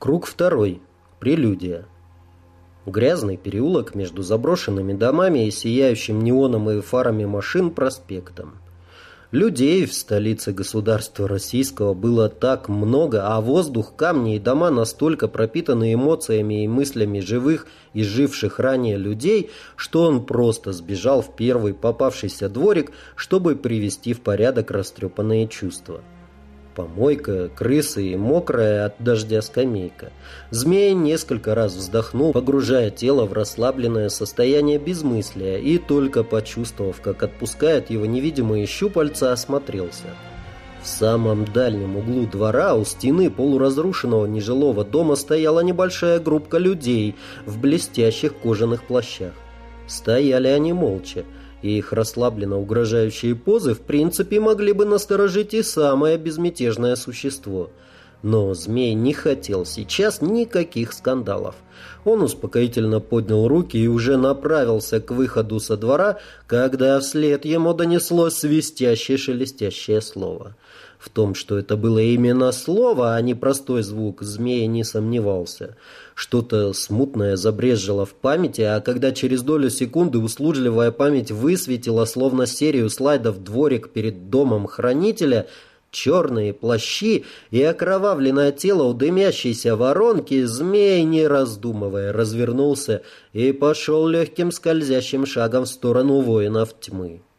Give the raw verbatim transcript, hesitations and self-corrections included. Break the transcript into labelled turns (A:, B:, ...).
A: Круг второй. Прелюдия. Грязный переулок между заброшенными домами и сияющим неоном и фарами машин проспектом. Людей в столице государства российского было так много, а воздух, камни и дома настолько пропитаны эмоциями и мыслями живых и живших ранее людей, что он просто сбежал в первый попавшийся дворик, чтобы привести в порядок растрепанные чувства. Помойка, крысы и мокрая от дождя скамейка. Змей несколько раз вздохнул, погружая тело в расслабленное состояние безмыслия, и только почувствовав, как отпускает его невидимые щупальца, осмотрелся. В самом дальнем углу двора у стены полуразрушенного нежилого дома стояла небольшая группка людей в блестящих кожаных плащах. Стояли они молча. И их расслабленно угрожающие позы в принципе могли бы насторожить и самое безмятежное существо. Но змей не хотел сейчас никаких скандалов. Он успокоительно поднял руки и уже направился к выходу со двора, когда вслед ему донеслось свистящее-шелестящее слово. В том, что это было именно слово, а не простой звук, змей не сомневался. Что-то смутное забрезжило в памяти, а когда через долю секунды услужливая память высветила, словно серию слайдов, дворик перед домом хранителя, черные плащи и окровавленное тело у дымящейся воронки, змей, не раздумывая, развернулся и пошел легким скользящим шагом в сторону воинов тьмы.